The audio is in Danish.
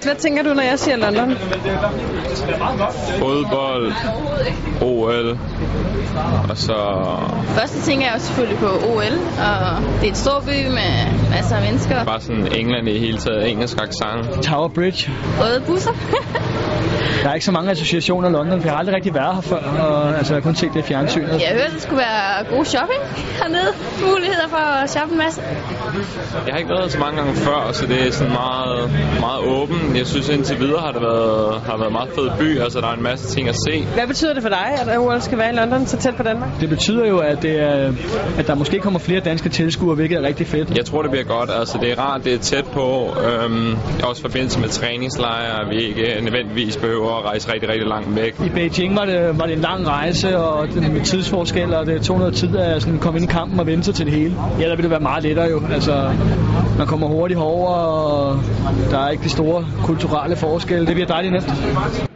hvad tænker du, når jeg siger London? Fodbold, OL, og så... Første tænker jeg jo selvfølgelig på OL, og det er et stor by med masser af mennesker. Bare sådan England i hele taget, engelsk accent. Tower Bridge. Røde busser. Der er ikke så mange associationer i London, for jeg har aldrig rigtig været her før, og altså, jeg har kun set det i fjernsynet. Jeg hørte, det skulle være god shopping hernede. Muligheder for at shoppe en masse. Jeg har ikke været så mange gange før, så det er sådan meget, meget åben. Jeg synes indtil videre har været en meget fed by, altså der er en masse ting at se. Hvad betyder det for dig, at OL skal være i London så tæt på Danmark? Det betyder jo, at at der måske kommer flere danske tilskuere, hvilket er rigtig fedt. Jeg tror, det bliver godt. Altså, det er rart, det er tæt på. Også i forbindelse med træningslejre, vi ikke nødvendigvis behøver at rejse rigtig, rigtig langt væk. I Beijing var det en lang rejse, og med tidsforskel, og det tog noget tid at sådan komme ind i kampen og vende sig til det hele. Ja, der vil det være meget lettere jo. Altså, man kommer hurtigt over, og der er ikke de store kulturelle forskelle. Det bliver dejligt nemt.